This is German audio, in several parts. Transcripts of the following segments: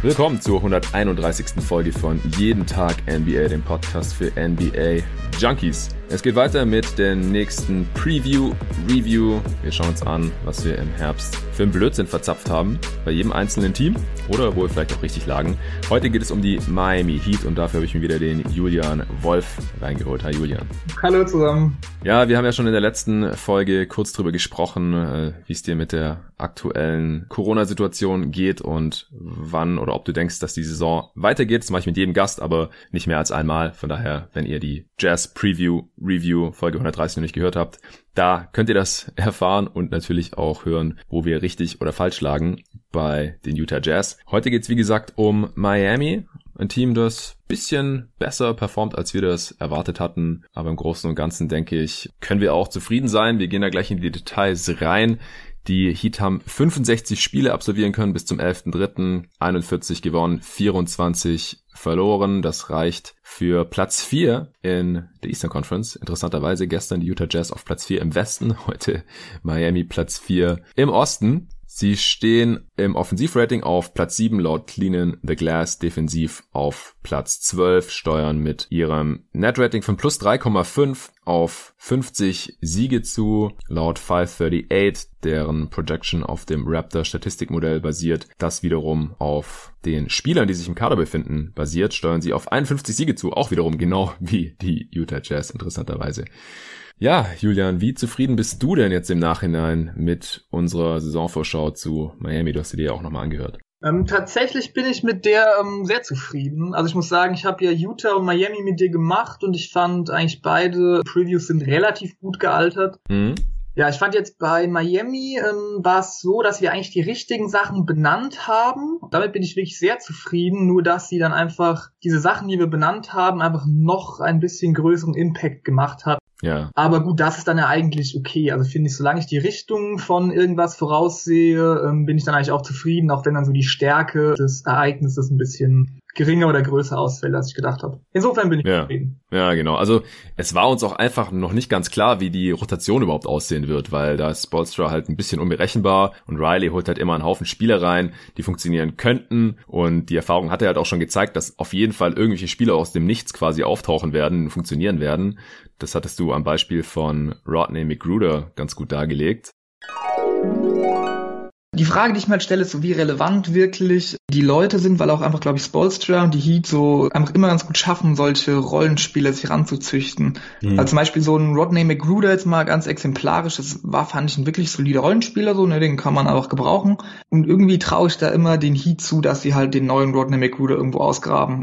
Willkommen zur 131. Folge von Jeden Tag NBA, dem Podcast für NBA Junkies. Es geht weiter mit der nächsten Review. Wir schauen uns an, was wir im Herbst für einen Blödsinn verzapft haben, bei jedem einzelnen Team oder wo wir vielleicht auch richtig lagen. Heute geht es um die Miami Heat und dafür habe ich mir wieder den Julian Wolf reingeholt. Hi Julian. Hallo zusammen. Ja, wir haben ja schon in der letzten Folge kurz drüber gesprochen, wie es dir mit der aktuellen Corona-Situation geht und wann oder ob du denkst, dass die Saison weitergeht. Das mache ich mit jedem Gast, aber nicht mehr als einmal. Von daher, wenn ihr die Jazz Review Folge 130 noch nicht gehört habt, da könnt ihr das erfahren und natürlich auch hören, wo wir richtig oder falsch lagen bei den Utah Jazz. Heute geht's wie gesagt um Miami, ein Team, das bisschen besser performt, als wir das erwartet hatten. Aber im Großen und Ganzen, denke ich, können wir auch zufrieden sein. Wir gehen da gleich in die Details rein. Die Heat haben 65 Spiele absolvieren können bis zum 11.3. 41 gewonnen, 24 verloren. Das reicht für Platz 4 in der Eastern Conference. Interessanterweise gestern die Utah Jazz auf Platz 4 im Westen, heute Miami Platz 4 im Osten. Sie stehen im Offensivrating auf Platz 7 laut Cleaning the Glass, defensiv auf Platz 12, steuern mit ihrem Netrating von plus 3,5 auf 50 Siege zu, laut 538, deren Projection auf dem Raptor-Statistikmodell basiert. Das wiederum auf den Spielern, die sich im Kader befinden, basiert, steuern sie auf 51 Siege zu, auch wiederum genau wie die Utah Jazz, interessanterweise. Ja, Julian, wie zufrieden bist du denn jetzt im Nachhinein mit unserer Saisonvorschau zu Miami? Du hast sie dir ja auch nochmal angehört. Tatsächlich bin ich mit der sehr zufrieden. Also ich muss sagen, ich habe ja Utah und Miami mit dir gemacht und ich fand eigentlich beide Previews sind relativ gut gealtert. Mhm. Ja, ich fand jetzt bei Miami war es so, dass wir eigentlich die richtigen Sachen benannt haben. Damit bin ich wirklich sehr zufrieden, nur dass sie dann einfach diese Sachen, die wir benannt haben, einfach noch ein bisschen größeren Impact gemacht hat. Ja. Aber gut, das ist dann ja eigentlich okay. Also finde ich, solange ich die Richtung von irgendwas voraussehe, bin ich dann eigentlich auch zufrieden, auch wenn dann so die Stärke des Ereignisses ein bisschen geringer oder größer ausfällt, als ich gedacht habe. Insofern bin ich zufrieden. Ja, genau. Also es war uns auch einfach noch nicht ganz klar, wie die Rotation überhaupt aussehen wird, weil da ist Spoelstra halt ein bisschen unberechenbar und Riley holt halt immer einen Haufen Spieler rein, die funktionieren könnten, und die Erfahrung hat er halt auch schon gezeigt, dass auf jeden Fall irgendwelche Spieler aus dem Nichts quasi auftauchen werden, funktionieren werden. Das hattest du am Beispiel von Rodney McGruder ganz gut dargelegt. Die Frage, die ich mir halt stelle, ist so, wie relevant wirklich die Leute sind, weil auch einfach, glaube ich, Spoelstra und die Heat so einfach immer ganz gut schaffen, solche Rollenspieler sich ranzuzüchten. Also zum Beispiel so ein Rodney McGruder jetzt mal ganz exemplarisch, fand ich ein wirklich solider Rollenspieler, so, ne, den kann man auch gebrauchen. Und irgendwie traue ich da immer den Heat zu, dass sie halt den neuen Rodney McGruder irgendwo ausgraben.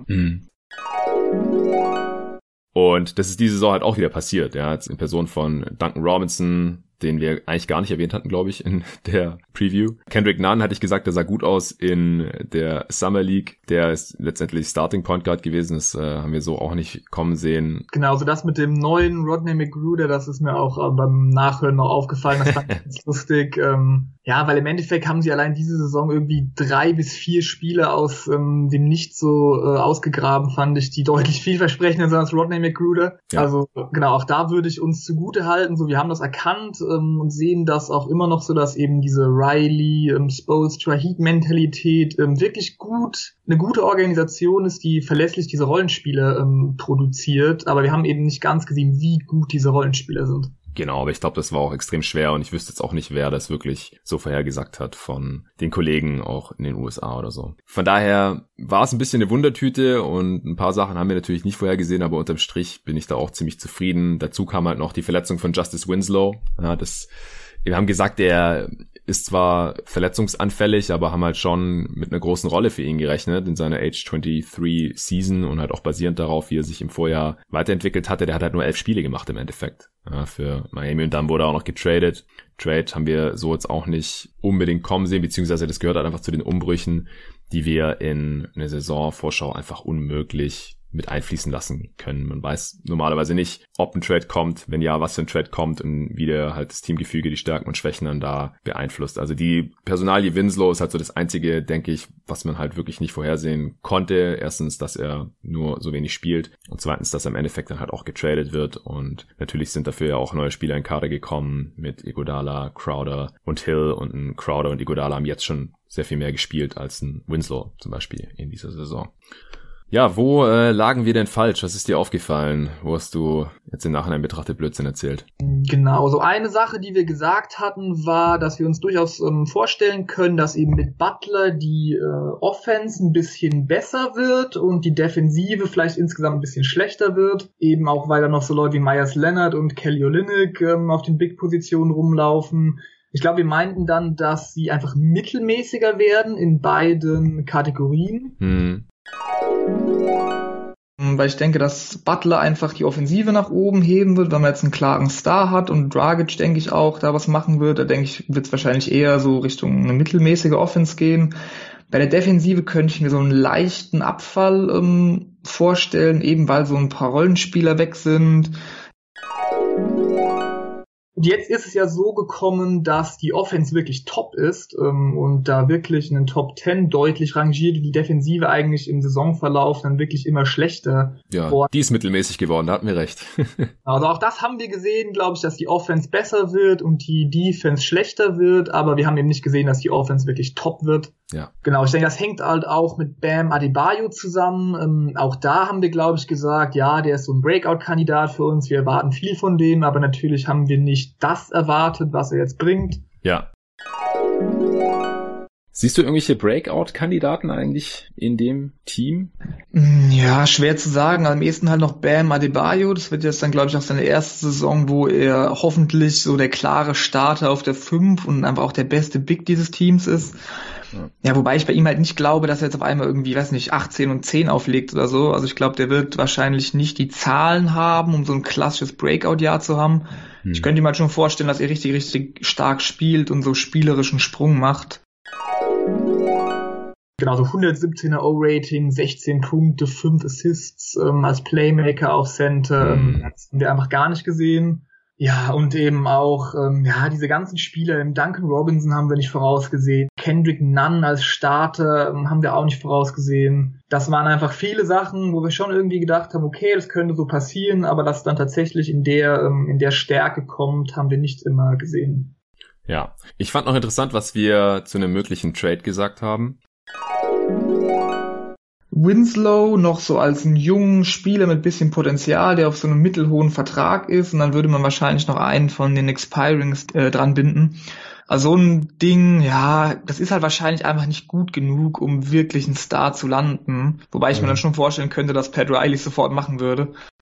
Und das ist diese Saison halt auch wieder passiert, ja, jetzt in Person von Duncan Robinson, den wir eigentlich gar nicht erwähnt hatten, glaube ich, in der Preview. Kendrick Nunn hatte ich gesagt, der sah gut aus in der Summer League. Der ist letztendlich Starting Point Guard gewesen. Das haben wir so auch nicht kommen sehen. Genau, so das mit dem neuen Rodney McGruder, das ist mir auch beim Nachhören noch aufgefallen. Das fand ich ganz lustig. Ja, weil im Endeffekt haben sie allein diese Saison irgendwie 3 bis 4 Spiele aus dem nicht so ausgegraben, fand ich, die deutlich vielversprechender sind als Rodney McGruder. Ja. Also genau, auch da würde ich uns zugute halten. So, wir haben das erkannt und sehen das auch immer noch so, dass eben diese Riley, Spoelstra, Heat-Mentalität wirklich eine gute Organisation ist, die verlässlich diese Rollenspiele produziert. Aber wir haben eben nicht ganz gesehen, wie gut diese Rollenspieler sind. Genau, aber ich glaube, das war auch extrem schwer und ich wüsste jetzt auch nicht, wer das wirklich so vorhergesagt hat von den Kollegen auch in den USA oder so. Von daher war es ein bisschen eine Wundertüte und ein paar Sachen haben wir natürlich nicht vorhergesehen, aber unterm Strich bin ich da auch ziemlich zufrieden. Dazu kam halt noch die Verletzung von Justice Winslow. Ja, wir haben gesagt, er ist zwar verletzungsanfällig, aber haben halt schon mit einer großen Rolle für ihn gerechnet in seiner Age 23 Season und halt auch basierend darauf, wie er sich im Vorjahr weiterentwickelt hatte. Der hat halt nur 11 Spiele gemacht im Endeffekt, ja, für Miami, und dann wurde er auch noch getradet. Trade haben wir so jetzt auch nicht unbedingt kommen sehen, beziehungsweise das gehört halt einfach zu den Umbrüchen, die wir in einer Saisonvorschau einfach unmöglich mit einfließen lassen können. Man weiß normalerweise nicht, ob ein Trade kommt, wenn ja, was für ein Trade kommt und wie der halt das Teamgefüge, die Stärken und Schwächen dann da beeinflusst. Also die Personalie Winslow ist halt so das Einzige, denke ich, was man halt wirklich nicht vorhersehen konnte. Erstens, dass er nur so wenig spielt und zweitens, dass er im Endeffekt dann halt auch getradet wird und natürlich sind dafür ja auch neue Spieler in Kader gekommen mit Iguodala, Crowder und Hill und ein Crowder und Iguodala haben jetzt schon sehr viel mehr gespielt als ein Winslow zum Beispiel in dieser Saison. Ja, wo lagen wir denn falsch? Was ist dir aufgefallen? Wo hast du jetzt im Nachhinein betrachtet Blödsinn erzählt? Genau, so eine Sache, die wir gesagt hatten, war, dass wir uns durchaus vorstellen können, dass eben mit Butler die Offense ein bisschen besser wird und die Defensive vielleicht insgesamt ein bisschen schlechter wird. Eben auch, weil da noch so Leute wie Myers Leonard und Kelly Olynyk auf den Big-Positionen rumlaufen. Ich glaube, wir meinten dann, dass sie einfach mittelmäßiger werden in beiden Kategorien. Weil ich denke, dass Butler einfach die Offensive nach oben heben wird, wenn man jetzt einen klaren Star hat und Dragic, denke ich, auch da was machen wird. Da denke ich, wird es wahrscheinlich eher so Richtung eine mittelmäßige Offense gehen. Bei der Defensive könnte ich mir so einen leichten Abfall vorstellen, eben weil so ein paar Rollenspieler weg sind. Und jetzt ist es ja so gekommen, dass die Offense wirklich top ist und da wirklich in den Top 10 deutlich rangiert, die Defensive eigentlich im Saisonverlauf dann wirklich immer schlechter. Ja, die ist mittelmäßig geworden, da hatten wir recht. Also auch das haben wir gesehen, glaube ich, dass die Offense besser wird und die Defense schlechter wird, aber wir haben eben nicht gesehen, dass die Offense wirklich top wird. Ja. Genau, ich denke, das hängt halt auch mit Bam Adebayo zusammen. Auch da haben wir, glaube ich, gesagt, ja, der ist so ein Breakout-Kandidat für uns. Wir erwarten viel von dem, aber natürlich haben wir nicht das erwartet, was er jetzt bringt. Ja. Siehst du irgendwelche Breakout-Kandidaten eigentlich in dem Team? Ja, schwer zu sagen. Am ehesten halt noch Bam Adebayo. Das wird jetzt dann, glaube ich, auch seine erste Saison, wo er hoffentlich so der klare Starter auf der 5 und einfach auch der beste Big dieses Teams ist. Ja, wobei ich bei ihm halt nicht glaube, dass er jetzt auf einmal irgendwie, 18 und 10 auflegt oder so. Also ich glaube, der wird wahrscheinlich nicht die Zahlen haben, um so ein klassisches Breakout-Jahr zu haben. Ich könnte mir halt schon vorstellen, dass er richtig, richtig stark spielt und so spielerischen Sprung macht. Genau, so 117er O-Rating, 16 Punkte, 5 Assists als Playmaker auf Center. Das haben wir einfach gar nicht gesehen. Ja, und eben auch, diese ganzen Spieler, Duncan Robinson haben wir nicht vorausgesehen, Kendrick Nunn als Starter haben wir auch nicht vorausgesehen. Das waren einfach viele Sachen, wo wir schon irgendwie gedacht haben, okay, das könnte so passieren, aber dass es dann tatsächlich in der Stärke kommt, haben wir nicht immer gesehen. Ja, ich fand noch interessant, was wir zu einem möglichen Trade gesagt haben. Winslow noch so als einen jungen Spieler mit bisschen Potenzial, der auf so einem mittelhohen Vertrag ist, und dann würde man wahrscheinlich noch einen von den Expirings dran binden. Also so ein Ding, ja, das ist halt wahrscheinlich einfach nicht gut genug, um wirklich einen Star zu landen. Wobei ich mir dann schon vorstellen könnte, dass Pat Riley sofort machen würde.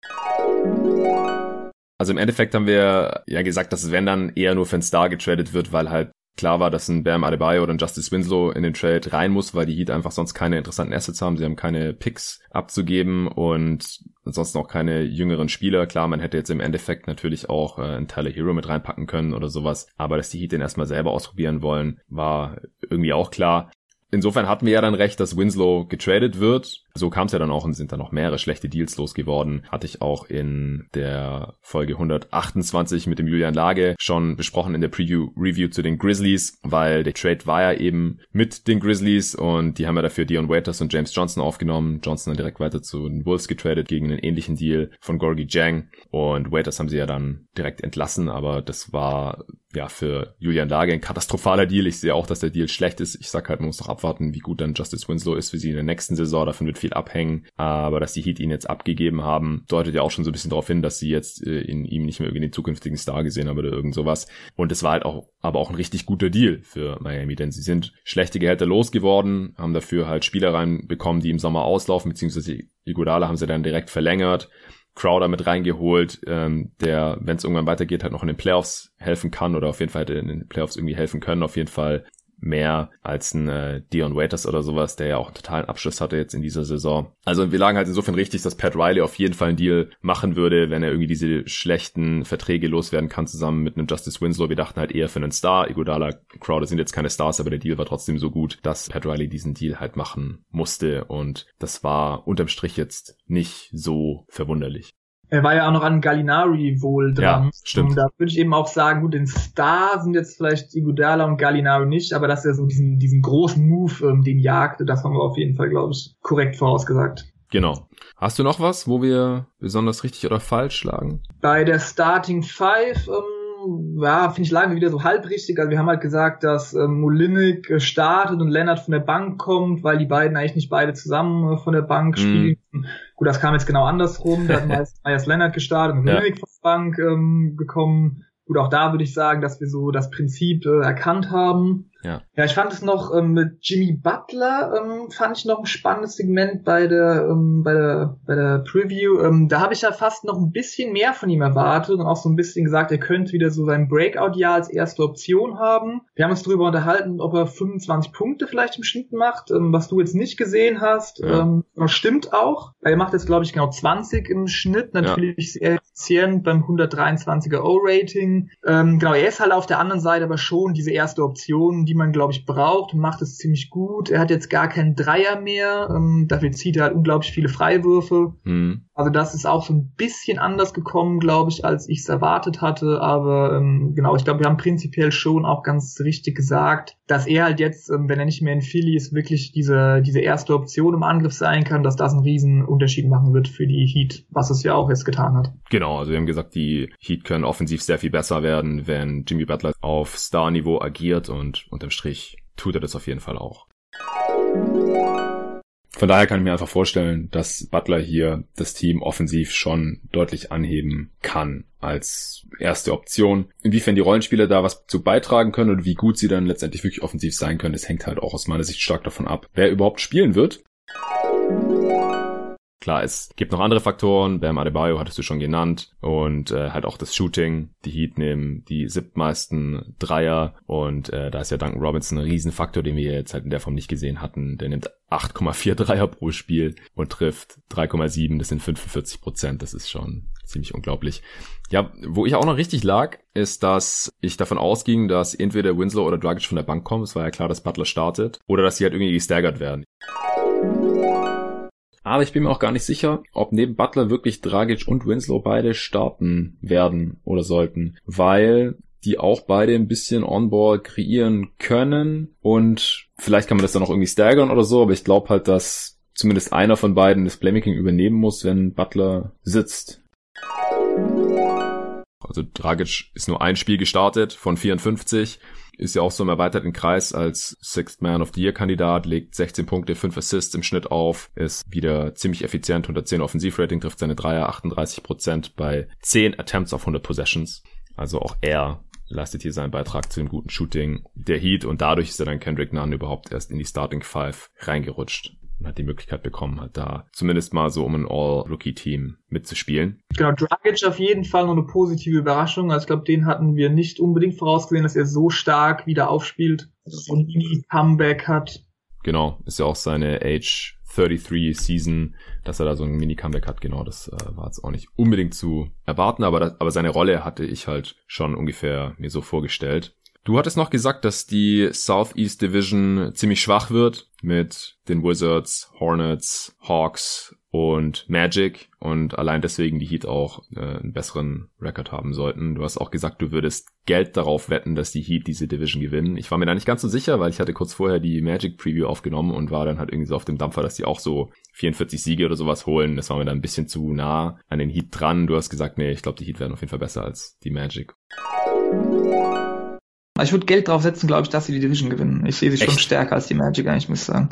Also im Endeffekt haben wir ja gesagt, dass es, wenn dann, eher nur für einen Star getradet wird, weil halt klar war, dass ein Bam Adebayo oder ein Justice Winslow in den Trade rein muss, weil die Heat einfach sonst keine interessanten Assets haben. Sie haben keine Picks abzugeben und ansonsten auch keine jüngeren Spieler. Klar, man hätte jetzt im Endeffekt natürlich auch einen Tyler Hero mit reinpacken können oder sowas. Aber dass die Heat den erstmal selber ausprobieren wollen, war irgendwie auch klar. Insofern hatten wir ja dann recht, dass Winslow getradet wird. So kam es ja dann auch und sind dann noch mehrere schlechte Deals losgeworden. Hatte ich auch in der Folge 128 mit dem Julian Lage schon besprochen in der Preview zu den Grizzlies, weil der Trade war ja eben mit den Grizzlies und die haben ja dafür Dion Waiters und James Johnson aufgenommen. Johnson dann direkt weiter zu den Wolves getradet gegen einen ähnlichen Deal von Gorgui Dieng und Waiters haben sie ja dann direkt entlassen, aber das war ja für Julian Lage ein katastrophaler Deal. Ich sehe auch, dass der Deal schlecht ist. Ich sag halt, man muss noch abwarten, wie gut dann Justice Winslow ist für sie in der nächsten Saison. Davon wird viel abhängen. Aber dass die Heat ihn jetzt abgegeben haben, deutet ja auch schon so ein bisschen darauf hin, dass sie jetzt in ihm nicht mehr irgendwie den zukünftigen Star gesehen haben oder irgend sowas. Und es war halt auch, aber auch ein richtig guter Deal für Miami, denn sie sind schlechte Gehälter losgeworden, haben dafür halt Spieler reinbekommen, die im Sommer auslaufen, beziehungsweise Iguodala haben sie dann direkt verlängert. Crowder mit reingeholt, der, wenn es irgendwann weitergeht, halt noch in den Playoffs helfen kann oder auf jeden Fall hätte in den Playoffs irgendwie helfen können. Auf jeden Fall mehr als ein Dion Waiters oder sowas, der ja auch einen totalen Abschluss hatte jetzt in dieser Saison. Also wir lagen halt insofern richtig, dass Pat Riley auf jeden Fall einen Deal machen würde, wenn er irgendwie diese schlechten Verträge loswerden kann, zusammen mit einem Justice Winslow. Wir dachten halt eher für einen Star. Iguodala, Crowder sind jetzt keine Stars, aber der Deal war trotzdem so gut, dass Pat Riley diesen Deal halt machen musste. Und das war unterm Strich jetzt nicht so verwunderlich. Er war ja auch noch an Gallinari wohl dran. Ja, stimmt. Und da würde ich eben auch sagen, gut, den Star sind jetzt vielleicht Iguodala und Gallinari nicht, aber dass er so diesen großen Move den jagte, das haben wir auf jeden Fall, glaube ich, korrekt vorausgesagt. Genau. Hast du noch was, wo wir besonders richtig oder falsch lagen? Bei der Starting Five, ja, finde ich, lagen wir wieder so halb richtig. Also wir haben halt gesagt, dass Olynyk startet und Leonard von der Bank kommt, weil die beiden eigentlich nicht beide zusammen von der Bank spielen. Gut, das kam jetzt genau andersrum. Da hat meist Leonard gestartet und Olynyk von der Bank gekommen. Gut, auch da würde ich sagen, dass wir so das Prinzip erkannt haben. Ja, ich fand es noch mit Jimmy Butler, fand ich noch ein spannendes Segment bei der Preview. Da habe ich ja fast noch ein bisschen mehr von ihm erwartet und auch so ein bisschen gesagt, er könnte wieder so sein Breakout-Jahr als erste Option haben. Wir haben uns darüber unterhalten, ob er 25 Punkte vielleicht im Schnitt macht, was du jetzt nicht gesehen hast. Ja. Stimmt auch. Er macht jetzt, glaube ich, genau 20 im Schnitt. Natürlich sehr effizient beim 123er O-Rating. Genau, er ist halt auf der anderen Seite aber schon diese erste Option, die man, glaube ich, braucht, macht es ziemlich gut. Er hat jetzt gar keinen Dreier mehr, dafür zieht er halt unglaublich viele Freiwürfe. Also das ist auch so ein bisschen anders gekommen, glaube ich, als ich es erwartet hatte, aber genau, ich glaube, wir haben prinzipiell schon auch ganz richtig gesagt, dass er halt jetzt, wenn er nicht mehr in Philly ist, wirklich diese erste Option im Angriff sein kann, dass das einen riesen Unterschied machen wird für die Heat, was es ja auch jetzt getan hat. Genau, also wir haben gesagt, die Heat können offensiv sehr viel besser werden, wenn Jimmy Butler auf Star-Niveau agiert und unterm Strich tut er das auf jeden Fall auch. Von daher kann ich mir einfach vorstellen, dass Butler hier das Team offensiv schon deutlich anheben kann als erste Option. Inwiefern die Rollenspieler da was zu beitragen können und wie gut sie dann letztendlich wirklich offensiv sein können, das hängt halt auch aus meiner Sicht stark davon ab, wer überhaupt spielen wird. Klar, es gibt noch andere Faktoren. Bam Adebayo hattest du schon genannt. Und halt auch das Shooting. Die Heat nehmen die 7. meisten Dreier. Und da ist ja Duncan Robinson ein Riesenfaktor, den wir jetzt halt in der Form nicht gesehen hatten. Der nimmt 8,4 Dreier pro Spiel und trifft 3,7. Das sind 45%. Das ist schon ziemlich unglaublich. Ja, wo ich auch noch richtig lag, ist, dass ich davon ausging, dass entweder Winslow oder Dragic von der Bank kommen. Es war ja klar, dass Butler startet. Oder dass sie halt irgendwie gestaggert werden. Aber ich bin mir auch gar nicht sicher, ob neben Butler wirklich Dragic und Winslow beide starten werden oder sollten, weil die auch beide ein bisschen On-Ball kreieren können und vielleicht kann man das dann auch irgendwie staggern oder so, aber ich glaube halt, dass zumindest einer von beiden das Playmaking übernehmen muss, wenn Butler sitzt. Also Dragic ist nur ein Spiel gestartet von 54. Ist ja auch so im erweiterten Kreis als Sixth Man of the Year Kandidat, legt 16 Punkte, 5 Assists im Schnitt auf, ist wieder ziemlich effizient, 110 Offensivrating, trifft seine Dreier, 38% bei 10 Attempts auf 100 Possessions. Also auch er leistet hier seinen Beitrag zu dem guten Shooting der Heat und dadurch ist er dann Kendrick Nunn überhaupt erst in die Starting Five reingerutscht und hat die Möglichkeit bekommen, halt da zumindest mal so um ein All-Rookie-Team mitzuspielen. Genau, Dragic auf jeden Fall noch eine positive Überraschung. Also ich glaube, den hatten wir nicht unbedingt vorausgesehen, dass er so stark wieder aufspielt, so ein Mini-Comeback hat. Genau, ist ja auch seine Age 33 Season, dass er da so ein Mini-Comeback hat. Genau, das war jetzt auch nicht unbedingt zu erwarten, aber seine Rolle hatte ich halt schon ungefähr mir so vorgestellt. Du hattest noch gesagt, dass die Southeast Division ziemlich schwach wird mit den Wizards, Hornets, Hawks und Magic und allein deswegen die Heat auch einen besseren Rekord haben sollten. Du hast auch gesagt, du würdest Geld darauf wetten, dass die Heat diese Division gewinnen. Ich war mir da nicht ganz so sicher, weil ich hatte kurz vorher die Magic Preview aufgenommen und war dann halt irgendwie so auf dem Dampfer, dass die auch so 44 Siege oder sowas holen. Das war mir dann ein bisschen zu nah an den Heat dran. Du hast gesagt, nee, ich glaube, die Heat werden auf jeden Fall besser als die Magic. Ich würde Geld drauf setzen, glaube ich, dass sie die Division gewinnen. Ich sehe sie schon stärker als die Magic eigentlich, muss ich sagen.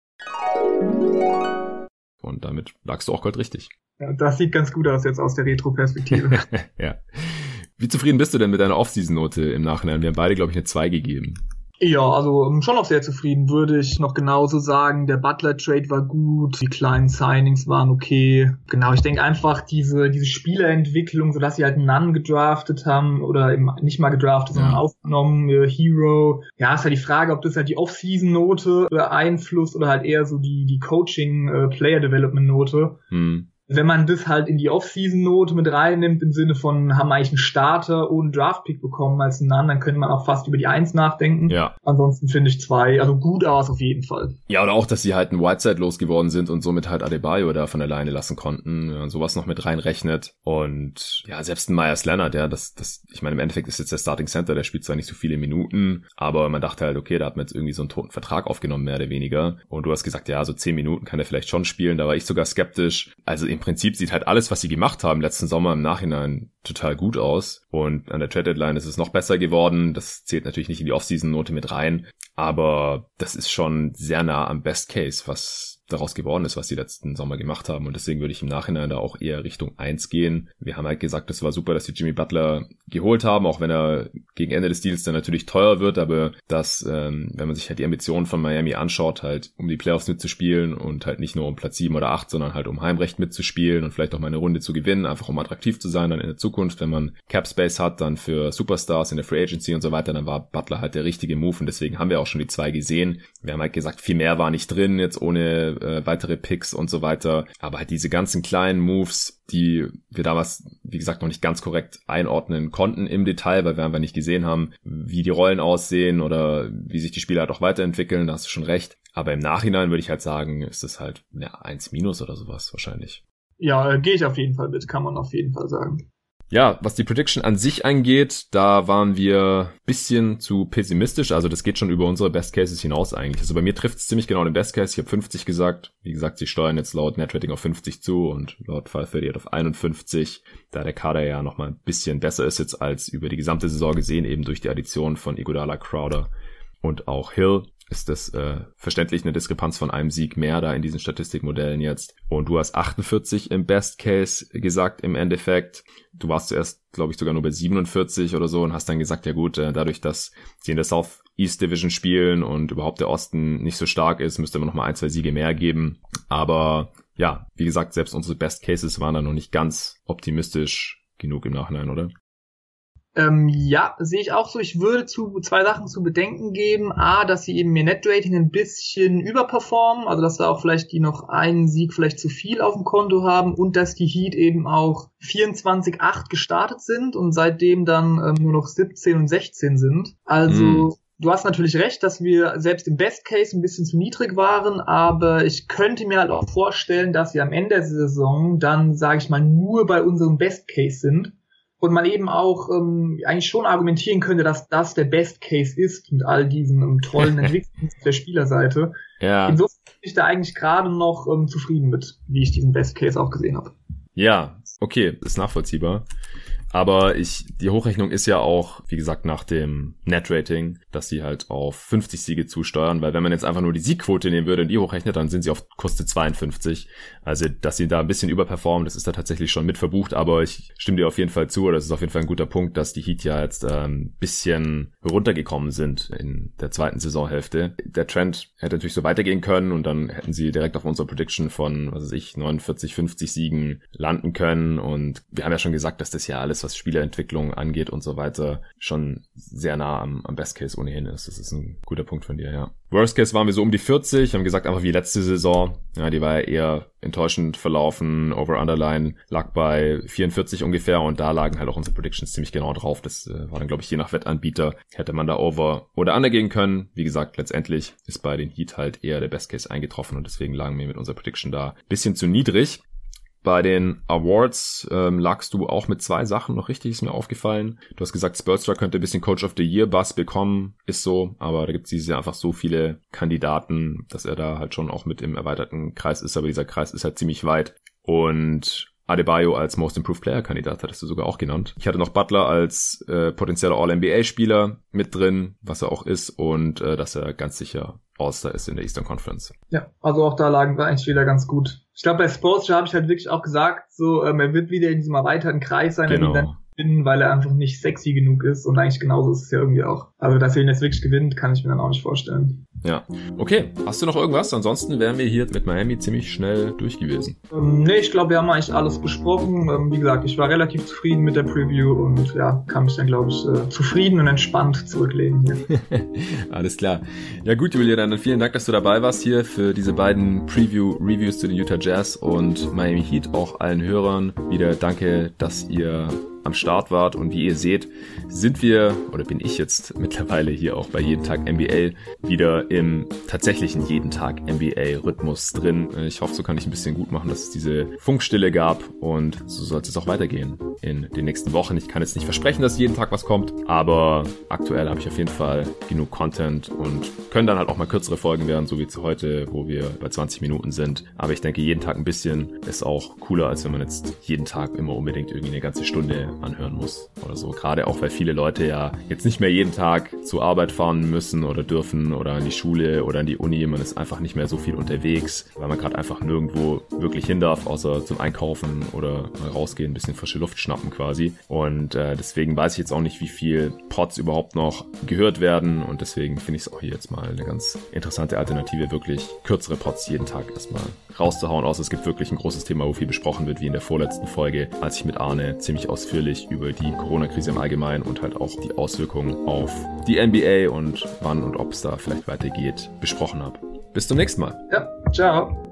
Und damit lagst du auch Gold richtig. Ja, das sieht ganz gut aus jetzt aus der Retro-Perspektive. Ja. Wie zufrieden bist du denn mit deiner Off-Season-Note im Nachhinein? Wir haben beide, glaube ich, eine 2 gegeben. Ja, also schon noch sehr zufrieden, würde ich noch genauso sagen. Der Butler-Trade war gut, die kleinen Signings waren okay. Genau, ich denke einfach diese Spielerentwicklung, so dass sie halt Nunn gedraftet haben oder eben nicht mal gedraftet, sondern aufgenommen, Hero. Ja, ist halt die Frage, ob das halt die Off-Season-Note beeinflusst oder halt eher so die Coaching-Player-Development-Note. Wenn man das halt in die Off-Season-Note mit reinnimmt, im Sinne von, haben wir eigentlich einen Starter ohne Draft-Pick bekommen als einen anderen, dann könnte man auch fast über die 1 nachdenken. Ja. Ansonsten finde ich 2, also gut aus auf jeden Fall. Ja, oder auch, dass sie halt ein Whiteside losgeworden sind und somit halt Adebayo da von alleine lassen konnten, ja, sowas noch mit reinrechnet. Und ja, selbst ein Myers Leonard, ja, ich meine, im Endeffekt ist jetzt der Starting Center, der spielt zwar nicht so viele Minuten, aber man dachte halt, okay, da hat man jetzt irgendwie so einen toten Vertrag aufgenommen, mehr oder weniger. Und du hast gesagt, ja, so 10 Minuten kann er vielleicht schon spielen, da war ich sogar skeptisch. Also im Prinzip sieht halt alles, was sie gemacht haben letzten Sommer im Nachhinein total gut aus. Und an der Trade-Deadline ist es noch besser geworden. Das zählt natürlich nicht in die Off-Season-Note mit rein. Aber das ist schon sehr nah am Best Case, was daraus geworden ist, was die letzten Sommer gemacht haben. Und deswegen würde ich im Nachhinein da auch eher Richtung 1 gehen. Wir haben halt gesagt, es war super, dass die Jimmy Butler geholt haben, auch wenn er gegen Ende des Deals dann natürlich teuer wird, aber dass, wenn man sich halt die Ambitionen von Miami anschaut, halt um die Playoffs mitzuspielen und halt nicht nur um Platz 7 oder 8, sondern halt um Heimrecht mitzuspielen und vielleicht auch mal eine Runde zu gewinnen, einfach um attraktiv zu sein dann in der Zukunft, wenn man Cap Space hat, dann für Superstars in der Free Agency und so weiter, dann war Butler halt der richtige Move und deswegen haben wir auch schon die 2 gesehen. Wir haben halt gesagt, viel mehr war nicht drin, jetzt ohne weitere Picks und so weiter, aber halt diese ganzen kleinen Moves, die wir damals, wie gesagt, noch nicht ganz korrekt einordnen konnten im Detail, weil wir einfach nicht gesehen haben, wie die Rollen aussehen oder wie sich die Spieler halt auch weiterentwickeln, da hast du schon recht. Aber im Nachhinein würde ich halt sagen, ist es halt 1- oder sowas wahrscheinlich. Ja, gehe ich auf jeden Fall mit, kann man auf jeden Fall sagen. Ja, was die Prediction an sich angeht, da waren wir bisschen zu pessimistisch. Also das geht schon über unsere Best Cases hinaus eigentlich. Also bei mir trifft es ziemlich genau den Best Case. Ich habe 50 gesagt. Wie gesagt, sie steuern jetzt laut Netrating auf 50 zu und laut 538 auf 51. Da der Kader ja nochmal ein bisschen besser ist jetzt als über die gesamte Saison gesehen, eben durch die Addition von Iguodala, Crowder und auch Hill. Ist das verständlich eine Diskrepanz von einem Sieg mehr da in diesen Statistikmodellen jetzt. Und du hast 48 im Best Case gesagt im Endeffekt. Du warst zuerst, glaube ich, sogar nur bei 47 oder so und hast dann gesagt, ja gut, dadurch, dass sie in der South East Division spielen und überhaupt der Osten nicht so stark ist, müsste man noch mal 1-2 Siege mehr geben. Aber ja, wie gesagt, selbst unsere Best Cases waren da noch nicht ganz optimistisch genug im Nachhinein, oder? Ja, sehe ich auch so. Ich würde 2 Sachen zu bedenken geben. A, dass sie eben ihr Net-Rating ein bisschen überperformen, also dass da auch vielleicht die noch einen Sieg vielleicht zu viel auf dem Konto haben und dass die Heat eben auch 24-8 gestartet sind und seitdem dann nur noch 17 und 16 sind. Also du hast natürlich recht, dass wir selbst im Best Case ein bisschen zu niedrig waren, aber ich könnte mir halt auch vorstellen, dass wir am Ende der Saison dann, sage ich mal, nur bei unserem Best Case sind. Und man eben auch eigentlich schon argumentieren könnte, dass das der Best Case ist mit all diesen tollen Entwicklungen auf der Spielerseite. Ja. Insofern bin ich da eigentlich gerade noch zufrieden mit, wie ich diesen Best Case auch gesehen habe. Ja, okay, ist nachvollziehbar. Aber die Hochrechnung ist ja auch, wie gesagt, nach dem Net-Rating, dass sie halt auf 50 Siege zusteuern, weil wenn man jetzt einfach nur die Siegquote nehmen würde und die hochrechnet, dann sind sie auf Koste 52. Also, dass sie da ein bisschen überperformen, das ist da tatsächlich schon mit verbucht, aber ich stimme dir auf jeden Fall zu, oder das ist auf jeden Fall ein guter Punkt, dass die Heat ja jetzt ein bisschen runtergekommen sind in der zweiten Saisonhälfte. Der Trend hätte natürlich so weitergehen können und dann hätten sie direkt auf unserer Prediction von, 49, 50 Siegen landen können und wir haben ja schon gesagt, dass das ja alles, was Spielerentwicklung angeht und so weiter, schon sehr nah am Best Case ohnehin ist. Das ist ein guter Punkt von dir, ja. Worst Case waren wir so um die 40, haben gesagt, einfach wie letzte Saison. Ja, die war ja eher enttäuschend verlaufen. Over-Underline lag bei 44 ungefähr und da lagen halt auch unsere Predictions ziemlich genau drauf. Das war dann, glaube ich, je nach Wettanbieter hätte man da Over oder Under gehen können. Wie gesagt, letztendlich ist bei den Heat halt eher der Best Case eingetroffen und deswegen lagen wir mit unserer Prediction da ein bisschen zu niedrig. Bei den Awards lagst du auch mit 2 Sachen noch richtig, ist mir aufgefallen. Du hast gesagt, Spoelstra könnte ein bisschen Coach of the Year Buzz bekommen, ist so, aber da gibt es dieses Jahr einfach so viele Kandidaten, dass er da halt schon auch mit im erweiterten Kreis ist, aber dieser Kreis ist halt ziemlich weit. Und Adebayo als Most Improved Player Kandidat hattest du sogar auch genannt. Ich hatte noch Butler als potenzieller All-NBA-Spieler mit drin, was er auch ist, und dass er ganz sicher All-Star ist in der Eastern Conference. Ja, also auch da lagen wir eigentlich wieder ganz gut. Ich glaube, bei Spoelstra habe ich halt wirklich auch gesagt, so er wird wieder in diesem erweiterten Kreis sein, genau. wenn dann gewinnen, weil er einfach nicht sexy genug ist und eigentlich genauso ist es ja irgendwie auch. Also, dass er ihn jetzt wirklich gewinnt, kann ich mir dann auch nicht vorstellen. Ja. Okay, hast du noch irgendwas? Ansonsten wären wir hier mit Miami ziemlich schnell durch gewesen. Nee, ich glaube, wir haben eigentlich alles besprochen. Wie gesagt, ich war relativ zufrieden mit der Preview und ja, kann mich dann, glaube ich, zufrieden und entspannt zurücklehnen hier. Alles klar. Ja gut, Julian, dann vielen Dank, dass du dabei warst hier für diese beiden Preview-Reviews zu den Utah Jazz und Miami Heat. Auch allen Hörern wieder danke, dass ihr am Start wart, und wie ihr seht, bin ich jetzt mittlerweile hier auch bei Jeden Tag NBA wieder im tatsächlichen Jeden Tag NBA Rhythmus drin. Ich hoffe, so kann ich ein bisschen gut machen, dass es diese Funkstille gab, und so soll es auch weitergehen in den nächsten Wochen. Ich kann jetzt nicht versprechen, dass jeden Tag was kommt, aber aktuell habe ich auf jeden Fall genug Content und können dann halt auch mal kürzere Folgen werden, so wie zu heute, wo wir bei 20 Minuten sind. Aber ich denke, jeden Tag ein bisschen ist auch cooler, als wenn man jetzt jeden Tag immer unbedingt irgendwie eine ganze Stunde anhören muss oder so. Gerade auch, weil viele Leute ja jetzt nicht mehr jeden Tag zur Arbeit fahren müssen oder dürfen oder an die Schule oder an die Uni. Man ist einfach nicht mehr so viel unterwegs, weil man gerade einfach nirgendwo wirklich hin darf, außer zum Einkaufen oder mal rausgehen, ein bisschen frische Luft schnappen quasi. Und deswegen weiß ich jetzt auch nicht, wie viel Pods überhaupt noch gehört werden, und deswegen finde ich es auch hier jetzt mal eine ganz interessante Alternative, wirklich kürzere Pods jeden Tag erstmal rauszuhauen, außer es gibt wirklich ein großes Thema, wo viel besprochen wird, wie in der vorletzten Folge, als ich mit Arne ziemlich ausführlich über die Corona-Krise im Allgemeinen und halt auch die Auswirkungen auf die NBA und wann und ob es da vielleicht weitergeht besprochen habe. Bis zum nächsten Mal. Ja, ciao.